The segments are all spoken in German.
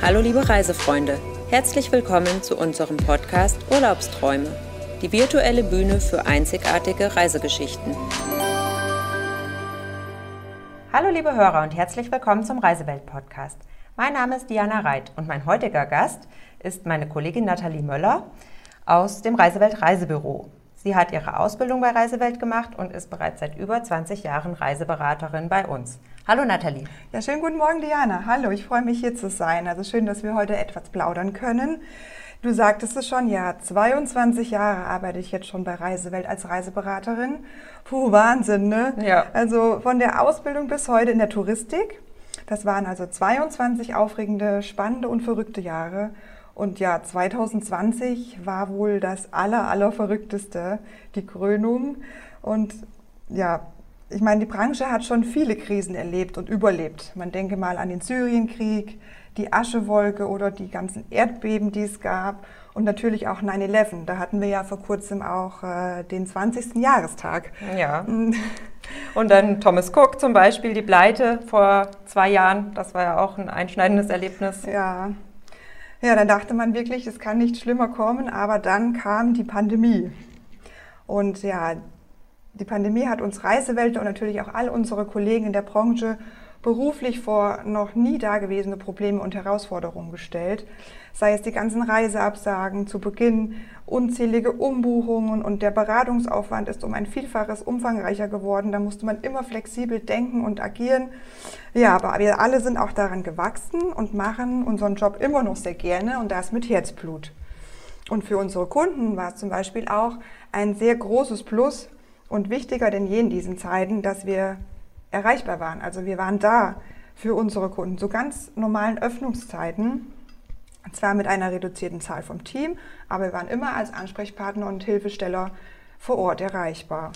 Hallo liebe Reisefreunde, herzlich willkommen zu unserem Podcast Urlaubsträume, die virtuelle Bühne für einzigartige Reisegeschichten. Hallo liebe Hörer und herzlich willkommen zum Reisewelt-Podcast. Mein Name ist Diana Reit und mein heutiger Gast ist meine Kollegin Nathalie Möller aus dem Reisewelt-Reisebüro. Sie hat ihre Ausbildung bei Reisewelt gemacht und ist bereits seit über 20 Jahren Reiseberaterin bei uns. Hallo Nathalie. Ja, schönen guten Morgen Diana. Hallo, ich freue mich hier zu sein. Also schön, dass wir heute etwas plaudern können. Du sagtest es schon, ja, 22 Jahre arbeite ich jetzt schon bei Reisewelt als Reiseberaterin. Puh, Wahnsinn, ne? Ja. Also von der Ausbildung bis heute in der Touristik. Das waren also 22 aufregende, spannende und verrückte Jahre. Und ja, 2020 war wohl das allerverrückteste, die Krönung. Und ja, ich meine, die Branche hat schon viele Krisen erlebt und überlebt. Man denke mal an den Syrienkrieg, die Aschewolke oder die ganzen Erdbeben, die es gab. Und natürlich auch 9/11. Da hatten wir ja vor kurzem auch den 20. Jahrestag. Ja. Und dann Thomas Cook zum Beispiel, die Pleite vor 2 Jahren. Das war ja auch ein einschneidendes Erlebnis. Ja, dann dachte man wirklich, es kann nicht schlimmer kommen, aber dann kam die Pandemie. Und ja, die Pandemie hat uns Reisewelt und natürlich auch all unsere Kollegen in der Branche beruflich vor noch nie dagewesene Probleme und Herausforderungen gestellt. Sei es die ganzen Reiseabsagen zu Beginn, unzählige Umbuchungen und der Beratungsaufwand ist um ein Vielfaches umfangreicher geworden. Da musste man immer flexibel denken und agieren. Ja, aber wir alle sind auch daran gewachsen und machen unseren Job immer noch sehr gerne und das mit Herzblut. Und für unsere Kunden war es zum Beispiel auch ein sehr großes Plus und wichtiger denn je in diesen Zeiten, dass wir erreichbar waren. Also wir waren da für unsere Kunden zu ganz normalen Öffnungszeiten, zwar mit einer reduzierten Zahl vom Team, aber wir waren immer als Ansprechpartner und Hilfesteller vor Ort erreichbar.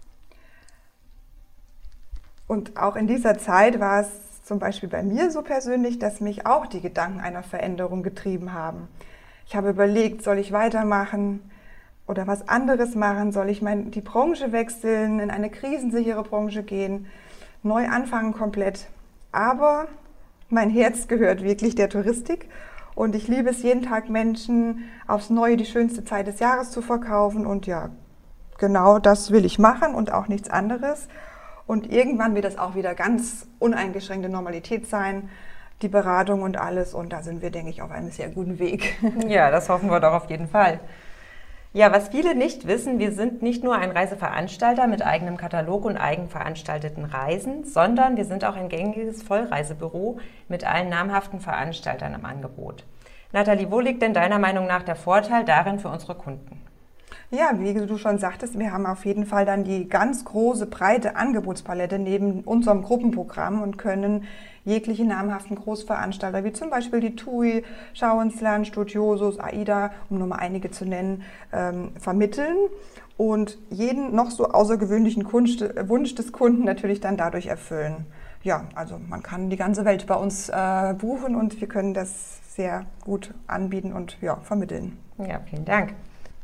Und auch in dieser Zeit war es zum Beispiel bei mir so persönlich, dass mich auch die Gedanken einer Veränderung getrieben haben. Ich habe überlegt, soll ich weitermachen oder was anderes machen? Soll ich die Branche wechseln, in eine krisensichere Branche gehen, neu anfangen komplett? Aber mein Herz gehört wirklich der Touristik und ich liebe es jeden Tag Menschen aufs Neue die schönste Zeit des Jahres zu verkaufen und ja, genau das will ich machen und auch nichts anderes. Und irgendwann wird das auch wieder ganz uneingeschränkte Normalität sein, die Beratung und alles und da sind wir, denke ich, auf einem sehr guten Weg. Ja, das hoffen wir doch auf jeden Fall. Ja, was viele nicht wissen, wir sind nicht nur ein Reiseveranstalter mit eigenem Katalog und eigenveranstalteten Reisen, sondern wir sind auch ein gängiges Vollreisebüro mit allen namhaften Veranstaltern im Angebot. Nathalie, wo liegt denn deiner Meinung nach der Vorteil darin für unsere Kunden? Ja, wie du schon sagtest, wir haben auf jeden Fall dann die ganz große, breite Angebotspalette neben unserem Gruppenprogramm und können jegliche namhaften Großveranstalter, wie zum Beispiel die TUI, Schau ins Land, Studiosus, AIDA, um nur mal einige zu nennen, vermitteln und jeden noch so außergewöhnlichen Wunsch des Kunden natürlich dann dadurch erfüllen. Ja, also man kann die ganze Welt bei uns buchen und wir können das sehr gut anbieten und ja, vermitteln. Ja, vielen Dank.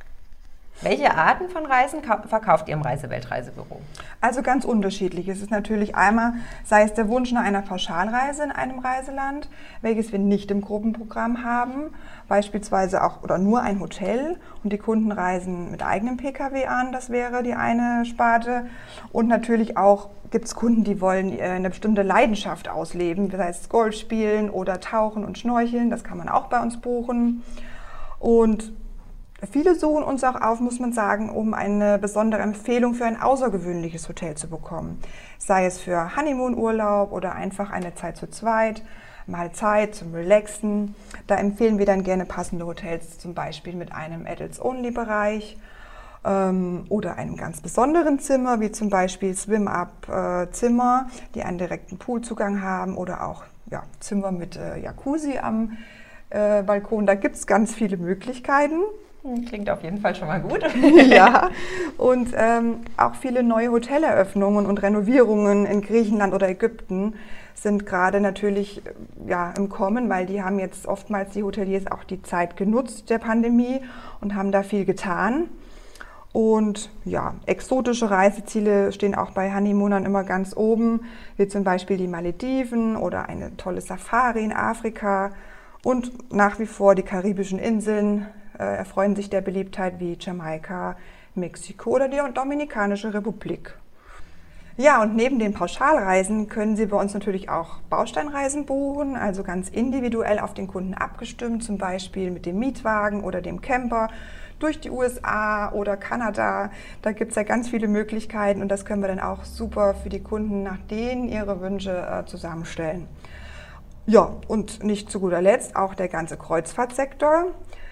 Welche Arten von Reisen verkauft ihr im Reisewelt-Reisebüro? Also ganz unterschiedlich. Es ist natürlich einmal, sei es der Wunsch nach einer Pauschalreise in einem Reiseland, welches wir nicht im Gruppenprogramm haben, beispielsweise auch oder nur ein Hotel und die Kunden reisen mit eigenem Pkw an, das wäre die eine Sparte. Und natürlich auch gibt es Kunden, die wollen eine bestimmte Leidenschaft ausleben, das heißt Golf spielen oder tauchen und schnorcheln, das kann man auch bei uns buchen. Und viele suchen uns auch auf, muss man sagen, um eine besondere Empfehlung für ein außergewöhnliches Hotel zu bekommen. Sei es für Honeymoon-Urlaub oder einfach eine Zeit zu zweit, mal Zeit zum Relaxen. Da empfehlen wir dann gerne passende Hotels, zum Beispiel mit einem Adults-Only-Bereich oder einem ganz besonderen Zimmer, wie zum Beispiel Swim-Up-Zimmer, die einen direkten Poolzugang haben oder auch ja, Zimmer mit Jacuzzi am Balkon. Da gibt es ganz viele Möglichkeiten. Klingt auf jeden Fall schon mal gut. Ja, und auch viele neue Hoteleröffnungen und Renovierungen in Griechenland oder Ägypten sind gerade natürlich ja, im Kommen, weil die haben jetzt oftmals die Hoteliers auch die Zeit genutzt der Pandemie und haben da viel getan. Und ja, exotische Reiseziele stehen auch bei Honeymoonern immer ganz oben, wie zum Beispiel die Malediven oder eine tolle Safari in Afrika Und nach wie vor die karibischen Inseln erfreuen sich der Beliebtheit wie Jamaika, Mexiko oder die Dominikanische Republik. Ja, und neben den Pauschalreisen können Sie bei uns natürlich auch Bausteinreisen buchen, also ganz individuell auf den Kunden abgestimmt, zum Beispiel mit dem Mietwagen oder dem Camper durch die USA oder Kanada. Da gibt es ja ganz viele Möglichkeiten und das können wir dann auch super für die Kunden nach denen ihre Wünsche zusammenstellen. Ja, und nicht zu guter Letzt auch der ganze Kreuzfahrtsektor.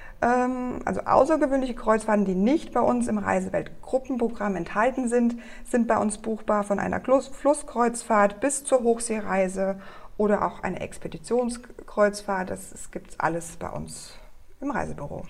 Also außergewöhnliche Kreuzfahrten, die nicht bei uns im Reisewelt-Gruppenprogramm enthalten sind bei uns buchbar, von einer Flusskreuzfahrt bis zur Hochseereise oder auch eine Expeditionskreuzfahrt. Das gibt es alles bei uns im Reisebüro.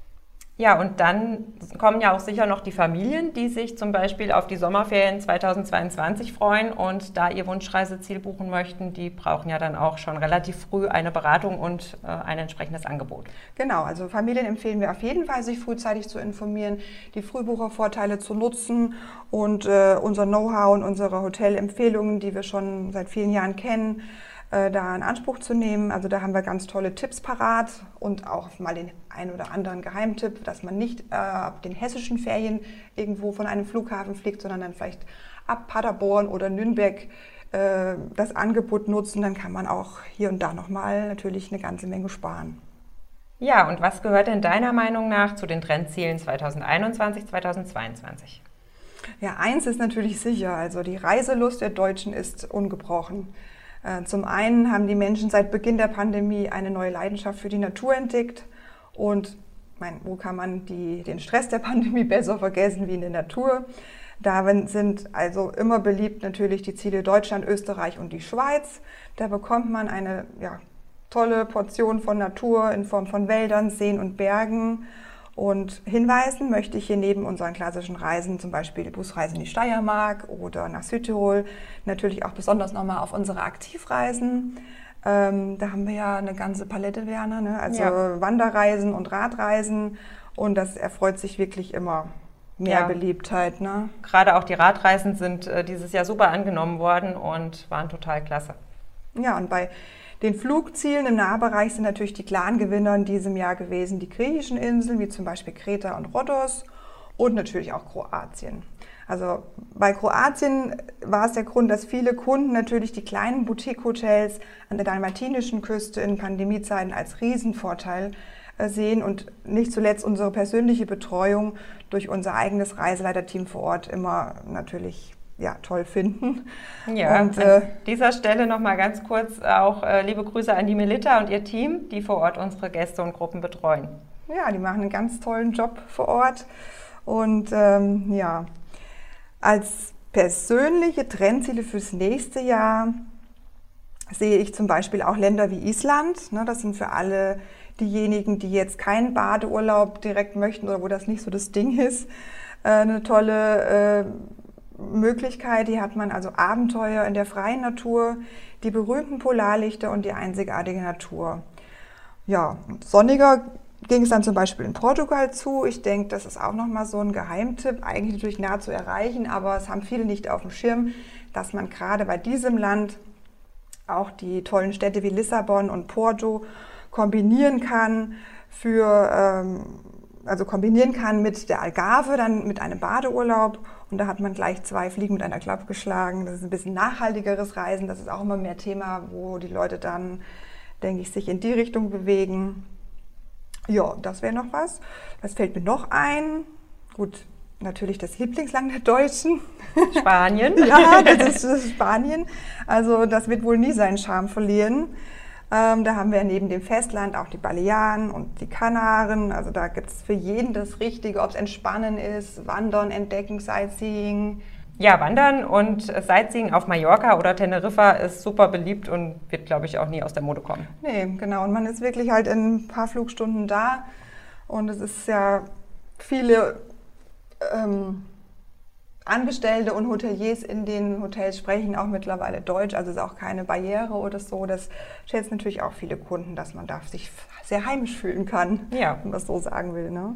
Ja, und dann kommen ja auch sicher noch die Familien, die sich zum Beispiel auf die Sommerferien 2022 freuen und da ihr Wunschreiseziel buchen möchten. Die brauchen ja dann auch schon relativ früh eine Beratung und ein entsprechendes Angebot. Genau, also Familien empfehlen wir auf jeden Fall, sich frühzeitig zu informieren, die Frühbuchervorteile zu nutzen und unser Know-how und unsere Hotelempfehlungen, die wir schon seit vielen Jahren kennen, da in Anspruch zu nehmen. Also da haben wir ganz tolle Tipps parat und auch mal den einen oder anderen Geheimtipp, dass man nicht ab den hessischen Ferien irgendwo von einem Flughafen fliegt, sondern dann vielleicht ab Paderborn oder Nürnberg das Angebot nutzen. Dann kann man auch hier und da nochmal natürlich eine ganze Menge sparen. Ja, und was gehört denn deiner Meinung nach zu den Trendzielen 2021, 2022? Ja, eins ist natürlich sicher, also die Reiselust der Deutschen ist ungebrochen. Zum einen haben die Menschen seit Beginn der Pandemie eine neue Leidenschaft für die Natur entdeckt und wo kann man den Stress der Pandemie besser vergessen wie in der Natur? Darin sind also immer beliebt natürlich die Ziele Deutschland, Österreich und die Schweiz. Da bekommt man eine tolle Portion von Natur in Form von Wäldern, Seen und Bergen. Und hinweisen möchte ich hier neben unseren klassischen Reisen, zum Beispiel die Busreise in die Steiermark oder nach Südtirol, natürlich auch besonders nochmal auf unsere Aktivreisen. Da haben wir ja eine ganze Palette, Werner, ne? Also Wanderreisen und Radreisen und das erfreut sich wirklich immer mehr Beliebtheit. Ne? Gerade auch die Radreisen sind dieses Jahr super angenommen worden und waren total klasse. Ja, und bei den Flugzielen im Nahbereich sind natürlich die klaren Gewinner in diesem Jahr gewesen die griechischen Inseln, wie zum Beispiel Kreta und Rhodos und natürlich auch Kroatien. Also bei Kroatien war es der Grund, dass viele Kunden natürlich die kleinen Boutique-Hotels an der dalmatinischen Küste in Pandemiezeiten als Riesenvorteil sehen und nicht zuletzt unsere persönliche Betreuung durch unser eigenes Reiseleiterteam vor Ort immer natürlich toll finden. Ja, und an dieser Stelle noch mal ganz kurz auch liebe Grüße an die Melita und ihr Team, die vor Ort unsere Gäste und Gruppen betreuen. Ja, die machen einen ganz tollen Job vor Ort. Und als persönliche Trendziele fürs nächste Jahr sehe ich zum Beispiel auch Länder wie Island. Das sind für alle diejenigen, die jetzt keinen Badeurlaub direkt möchten oder wo das nicht so das Ding ist, eine tolle Möglichkeit. Die hat man also Abenteuer in der freien Natur, die berühmten Polarlichter und die einzigartige Natur. Ja, sonniger ging es dann zum Beispiel in Portugal zu. Ich denke, das ist auch nochmal so ein Geheimtipp, eigentlich natürlich nah zu erreichen, aber es haben viele nicht auf dem Schirm, dass man gerade bei diesem Land auch die tollen Städte wie Lissabon und Porto kombinieren kann mit der Algarve, dann mit einem Badeurlaub. Und da hat man gleich 2 Fliegen mit einer Klappe geschlagen. Das ist ein bisschen nachhaltigeres Reisen. Das ist auch immer mehr Thema, wo die Leute dann, denke ich, sich in die Richtung bewegen. Ja, das wäre noch was. Was fällt mir noch ein? Gut, natürlich das Lieblingsland der Deutschen. Spanien. Ja, das ist Spanien. Also das wird wohl nie seinen Charme verlieren. Da haben wir neben dem Festland auch die Balearen und die Kanaren. Also da gibt es für jeden das Richtige, ob es Entspannen ist, Wandern, Entdecken, Sightseeing. Ja, Wandern und Sightseeing auf Mallorca oder Teneriffa ist super beliebt und wird, glaube ich, auch nie aus der Mode kommen. Nee, genau. Und man ist wirklich halt in ein paar Flugstunden da. Und es ist ja viele Angestellte und Hoteliers in den Hotels sprechen auch mittlerweile Deutsch, also ist auch keine Barriere oder so. Das schätzen natürlich auch viele Kunden, dass man da sich sehr heimisch fühlen kann, wenn man das so sagen will. Ne?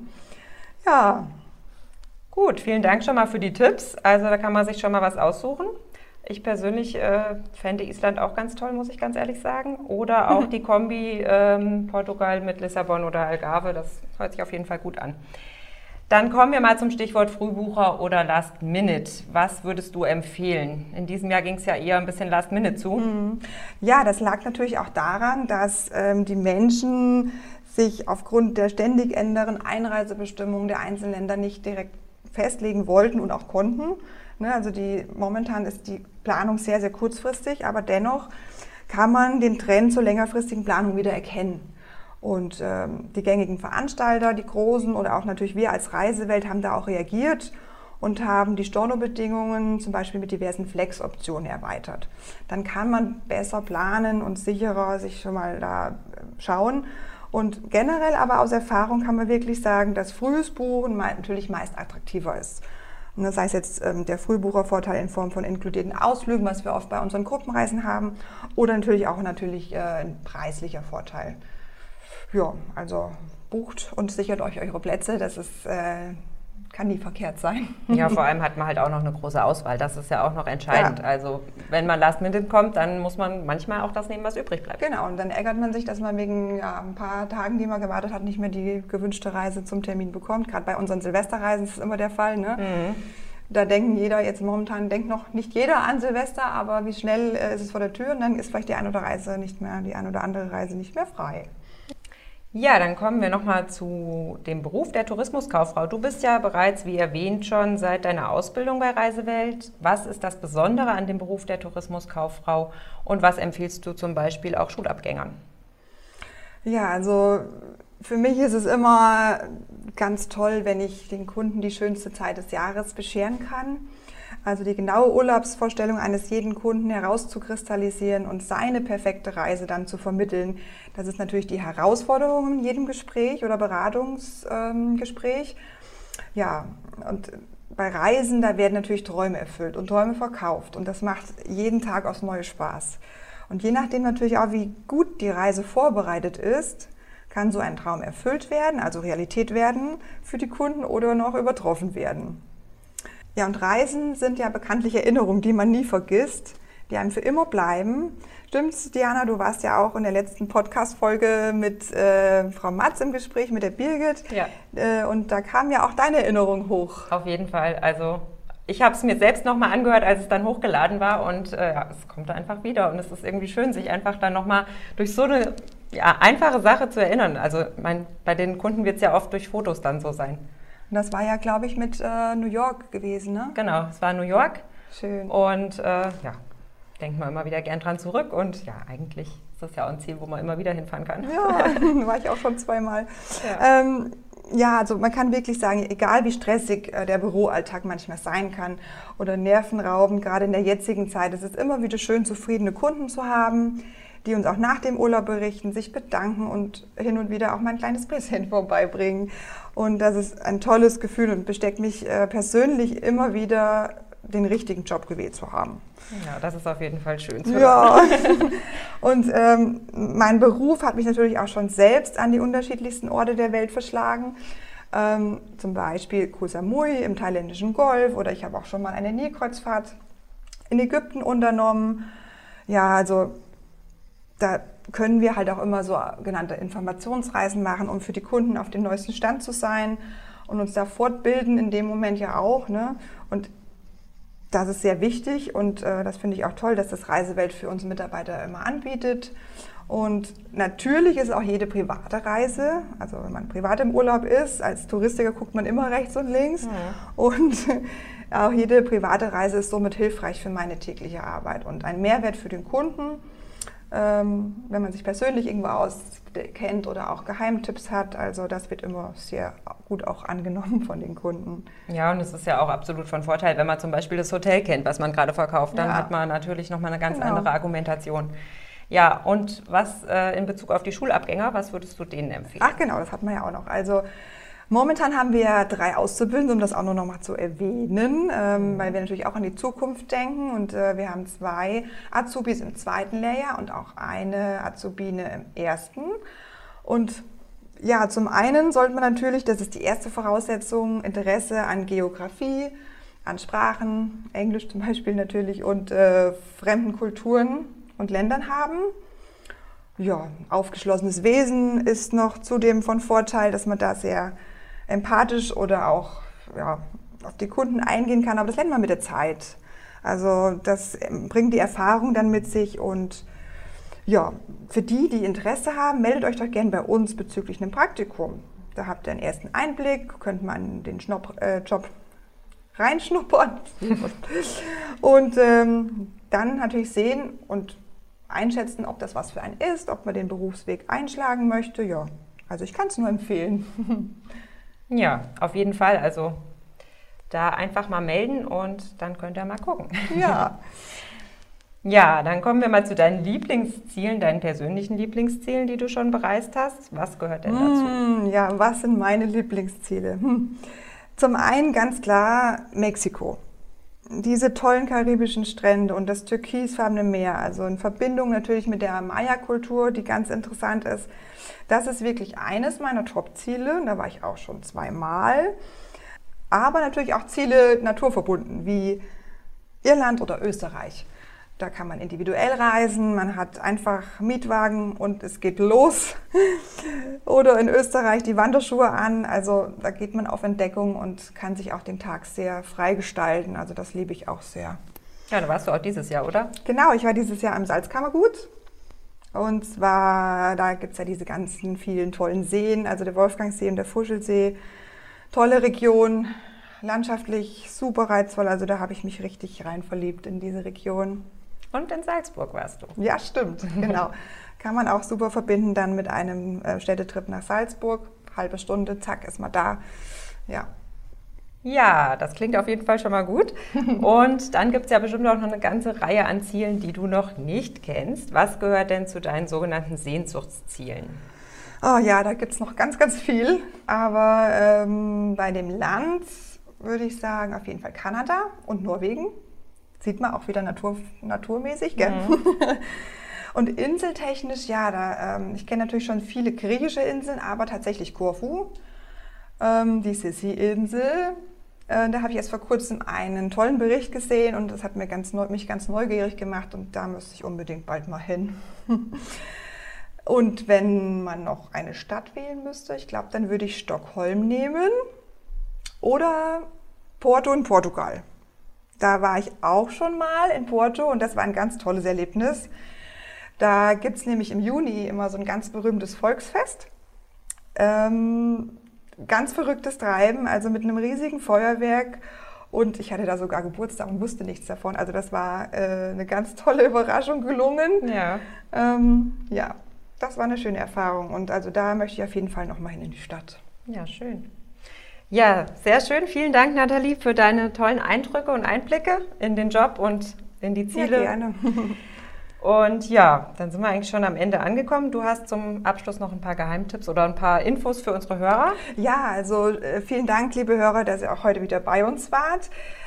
Ja. Gut, vielen Dank schon mal für die Tipps. Also da kann man sich schon mal was aussuchen. Ich persönlich fände Island auch ganz toll, muss ich ganz ehrlich sagen. Oder auch die Kombi Portugal mit Lissabon oder Algarve, das hört sich auf jeden Fall gut an. Dann kommen wir mal zum Stichwort Frühbucher oder Last Minute. Was würdest du empfehlen? In diesem Jahr ging es ja eher ein bisschen Last Minute zu. Ja, das lag natürlich auch daran, dass die Menschen sich aufgrund der ständig ändernden Einreisebestimmungen der einzelnen Länder nicht direkt festlegen wollten und auch konnten. Also momentan ist die Planung sehr, sehr kurzfristig, aber dennoch kann man den Trend zur längerfristigen Planung wieder erkennen. Und die gängigen Veranstalter, die großen oder auch natürlich wir als Reisewelt haben da auch reagiert und haben die Stornobedingungen zum Beispiel mit diversen Flex-Optionen erweitert. Dann kann man besser planen und sicherer sich schon mal da schauen. Und generell aber aus Erfahrung kann man wirklich sagen, dass frühes Buchen natürlich meist attraktiver ist. Und das heißt jetzt der Frühbuchervorteil in Form von inkludierten Ausflügen, was wir oft bei unseren Gruppenreisen haben, oder natürlich auch ein preislicher Vorteil. Ja, also bucht und sichert euch eure Plätze, das ist, kann nie verkehrt sein. Ja, vor allem hat man halt auch noch eine große Auswahl, das ist ja auch noch entscheidend. Ja. Also wenn man Last Minute kommt, dann muss man manchmal auch das nehmen, was übrig bleibt. Genau, und dann ärgert man sich, dass man wegen ein paar Tagen, die man gewartet hat, nicht mehr die gewünschte Reise zum Termin bekommt. Gerade bei unseren Silvesterreisen ist das immer der Fall, ne? Da denkt noch nicht jeder an Silvester, aber wie schnell ist es vor der Tür und dann ist vielleicht die eine oder andere Reise nicht mehr frei. Ja, dann kommen wir nochmal zu dem Beruf der Tourismuskauffrau. Du bist ja bereits, wie erwähnt, schon seit deiner Ausbildung bei Reisewelt. Was ist das Besondere an dem Beruf der Tourismuskauffrau und was empfiehlst du zum Beispiel auch Schulabgängern? Ja, also für mich ist es immer ganz toll, wenn ich den Kunden die schönste Zeit des Jahres bescheren kann. Also die genaue Urlaubsvorstellung eines jeden Kunden herauszukristallisieren und seine perfekte Reise dann zu vermitteln. Das ist natürlich die Herausforderung in jedem Gespräch oder Beratungsgespräch. Ja, und bei Reisen, da werden natürlich Träume erfüllt und Träume verkauft und das macht jeden Tag aufs neue Spaß. Und je nachdem natürlich auch, wie gut die Reise vorbereitet ist, kann so ein Traum erfüllt werden, also Realität werden für die Kunden oder noch übertroffen werden. Ja, und Reisen sind ja bekanntlich Erinnerungen, die man nie vergisst, die einem für immer bleiben. Stimmt's, Diana? Du warst ja auch in der letzten Podcast-Folge mit Frau Matz im Gespräch, mit der Birgit. Ja. Und da kam ja auch deine Erinnerung hoch. Auf jeden Fall. Also ich habe es mir selbst nochmal angehört, als es dann hochgeladen war. Und es kommt einfach wieder. Und es ist irgendwie schön, sich einfach dann nochmal durch so eine einfache Sache zu erinnern. Also bei den Kunden wird es ja oft durch Fotos dann so sein. Und das war ja, glaube ich, mit New York gewesen, ne? Genau, es war New York. Schön. Und denkt man immer wieder gern dran zurück. Und ja, eigentlich ist das ja auch ein Ziel, wo man immer wieder hinfahren kann. Ja, war ich auch schon zweimal. Ja. Also man kann wirklich sagen, egal wie stressig der Büroalltag manchmal sein kann oder nervenraubend, gerade in der jetzigen Zeit, es ist immer wieder schön, zufriedene Kunden zu haben, die uns auch nach dem Urlaub berichten, sich bedanken und hin und wieder auch mal ein kleines Präsent vorbeibringen. Und das ist ein tolles Gefühl und bestärkt mich persönlich immer wieder, den richtigen Job gewählt zu haben. Ja, das ist auf jeden Fall schön zu hören. Ja, und mein Beruf hat mich natürlich auch schon selbst an die unterschiedlichsten Orte der Welt verschlagen. Zum Beispiel Koh Samui im thailändischen Golf oder ich habe auch schon mal eine Nilkreuzfahrt in Ägypten unternommen. Ja, also da können wir halt auch immer so genannte Informationsreisen machen, um für die Kunden auf dem neuesten Stand zu sein und uns da fortbilden in dem Moment ja auch, ne? Und das ist sehr wichtig und das finde ich auch toll, dass das Reisewelt für uns Mitarbeiter immer anbietet. Und natürlich ist auch jede private Reise, also wenn man privat im Urlaub ist, als Touristiker guckt man immer rechts und links. Ja. Und auch jede private Reise ist somit hilfreich für meine tägliche Arbeit und ein Mehrwert für den Kunden. Wenn man sich persönlich irgendwo auskennt oder auch Geheimtipps hat. Also das wird immer sehr gut auch angenommen von den Kunden. Ja, und es ist ja auch absolut von Vorteil, wenn man zum Beispiel das Hotel kennt, was man gerade verkauft, dann hat man natürlich nochmal eine ganz andere Argumentation. Ja, und was in Bezug auf die Schulabgänger, was würdest du denen empfehlen? Ach genau, das hat man ja auch noch. Also momentan haben wir 3 Auszubildende, um das auch nur noch mal zu erwähnen, weil wir natürlich auch an die Zukunft denken. Und wir haben 2 Azubis im 2. Lehrjahr und auch eine Azubine im 1. Und ja, zum einen sollte man natürlich, das ist die erste Voraussetzung, Interesse an Geografie, an Sprachen, Englisch zum Beispiel natürlich, und fremden Kulturen und Ländern haben. Ja, aufgeschlossenes Wesen ist noch zudem von Vorteil, dass man da sehr empathisch oder auch auf die Kunden eingehen kann, aber das lernt man mit der Zeit. Also das bringt die Erfahrung dann mit sich und ja, für die Interesse haben, meldet euch doch gern bei uns bezüglich einem Praktikum. Da habt ihr einen ersten Einblick, könnt man in den Job reinschnuppern und dann natürlich sehen und einschätzen, ob das was für einen ist, ob man den Berufsweg einschlagen möchte. Ja, also ich kann es nur empfehlen. Ja, auf jeden Fall. Also da einfach mal melden und dann könnt ihr mal gucken. Ja. Ja, dann kommen wir mal zu deinen Lieblingszielen, deinen persönlichen Lieblingszielen, die du schon bereist hast. Was gehört denn dazu? Ja, was sind meine Lieblingsziele? Zum einen ganz klar Mexiko. Diese tollen karibischen Strände und das türkisfarbene Meer, also in Verbindung natürlich mit der Maya-Kultur, die ganz interessant ist. Das ist wirklich eines meiner Top-Ziele. Da war ich auch schon 2-mal. Aber natürlich auch Ziele naturverbunden, wie Irland oder Österreich. Da kann man individuell reisen, man hat einfach Mietwagen und es geht los. Oder in Österreich die Wanderschuhe an, also da geht man auf Entdeckung und kann sich auch den Tag sehr frei gestalten. Also das liebe ich auch sehr. Ja, da warst du auch dieses Jahr, oder? Genau, ich war dieses Jahr am Salzkammergut. Und zwar, da gibt es ja diese ganzen vielen tollen Seen, also der Wolfgangsee und der Fuschelsee. Tolle Region, landschaftlich super reizvoll, also da habe ich mich richtig rein verliebt in diese Region. Und in Salzburg warst du. Ja, stimmt, genau. Kann man auch super verbinden dann mit einem Städtetrip nach Salzburg. Halbe Stunde, zack, ist man da. Ja. Ja, das klingt auf jeden Fall schon mal gut. Und dann gibt es ja bestimmt auch noch eine ganze Reihe an Zielen, die du noch nicht kennst. Was gehört denn zu deinen sogenannten Sehnsuchtszielen? Oh ja, da gibt es noch ganz, ganz viel. Aber bei dem Land würde ich sagen, auf jeden Fall Kanada und Norwegen. Sieht man auch wieder naturmäßig, gell? Mhm. Und inseltechnisch, ja, ich kenne natürlich schon viele griechische Inseln, aber tatsächlich Korfu, die Sissi-Insel. Da habe ich erst vor kurzem einen tollen Bericht gesehen und das hat mich ganz neugierig gemacht und da müsste ich unbedingt bald mal hin. Und wenn man noch eine Stadt wählen müsste, ich glaube, dann würde ich Stockholm nehmen oder Porto in Portugal. Da war ich auch schon mal in Porto und das war ein ganz tolles Erlebnis. Da gibt es nämlich im Juni immer so ein ganz berühmtes Volksfest. Ganz verrücktes Treiben, also mit einem riesigen Feuerwerk. Und ich hatte da sogar Geburtstag und wusste nichts davon. Also das war eine ganz tolle Überraschung gelungen. Ja. Ja, das war eine schöne Erfahrung. Und also da möchte ich auf jeden Fall noch mal hin in die Stadt. Ja, schön. Ja, sehr schön. Vielen Dank, Nathalie, für deine tollen Eindrücke und Einblicke in den Job und in die Ziele. Ja, gerne. Und ja, dann sind wir eigentlich schon am Ende angekommen. Du hast zum Abschluss noch ein paar Geheimtipps oder ein paar Infos für unsere Hörer. Ja, also vielen Dank, liebe Hörer, dass ihr auch heute wieder bei uns wart.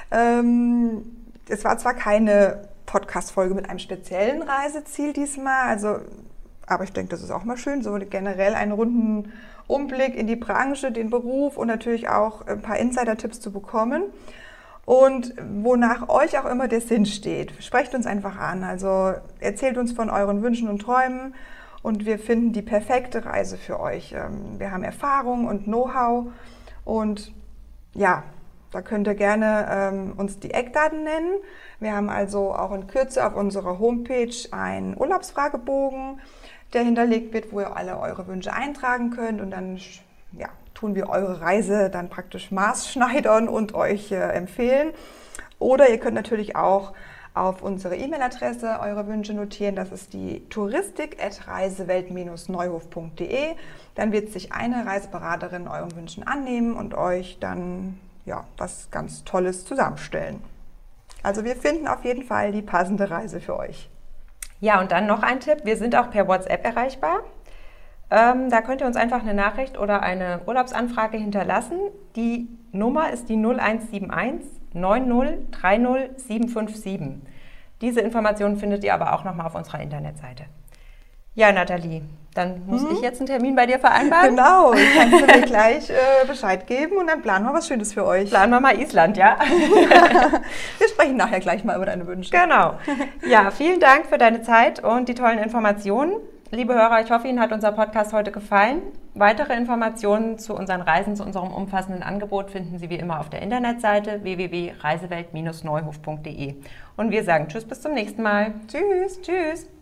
Es war zwar keine Podcast-Folge mit einem speziellen Reiseziel diesmal, aber ich denke, das ist auch mal schön, so generell einen runden Umblick in die Branche, den Beruf und natürlich auch ein paar Insider-Tipps zu bekommen. Und wonach euch auch immer der Sinn steht, sprecht uns einfach an. Also erzählt uns von euren Wünschen und Träumen und wir finden die perfekte Reise für euch. Wir haben Erfahrung und Know-how und ja, da könnt ihr gerne uns die Eckdaten nennen. Wir haben also auch in Kürze auf unserer Homepage einen Urlaubsfragebogen, der hinterlegt wird, wo ihr alle eure Wünsche eintragen könnt und dann tun wir eure Reise dann praktisch maßschneidern und euch empfehlen. Oder ihr könnt natürlich auch auf unsere E-Mail-Adresse eure Wünsche notieren. Das ist die touristik@reisewelt-neuhof.de. Dann wird sich eine Reiseberaterin euren Wünschen annehmen und euch dann was ganz Tolles zusammenstellen. Also wir finden auf jeden Fall die passende Reise für euch. Ja, und dann noch ein Tipp. Wir sind auch per WhatsApp erreichbar. Da könnt ihr uns einfach eine Nachricht oder eine Urlaubsanfrage hinterlassen. Die Nummer ist die 0171 90 30 757. Diese Informationen findet ihr aber auch nochmal auf unserer Internetseite. Ja, Nathalie, dann muss ich jetzt einen Termin bei dir vereinbaren. Genau, kannst du mir gleich Bescheid geben und dann planen wir was Schönes für euch. Planen wir mal Island, ja? Wir sprechen nachher gleich mal über deine Wünsche. Genau. Ja, vielen Dank für deine Zeit und die tollen Informationen. Liebe Hörer, ich hoffe, Ihnen hat unser Podcast heute gefallen. Weitere Informationen zu unseren Reisen, zu unserem umfassenden Angebot finden Sie wie immer auf der Internetseite www.reisewelt-neuhof.de. Und wir sagen Tschüss, bis zum nächsten Mal. Tschüss. Tschüss.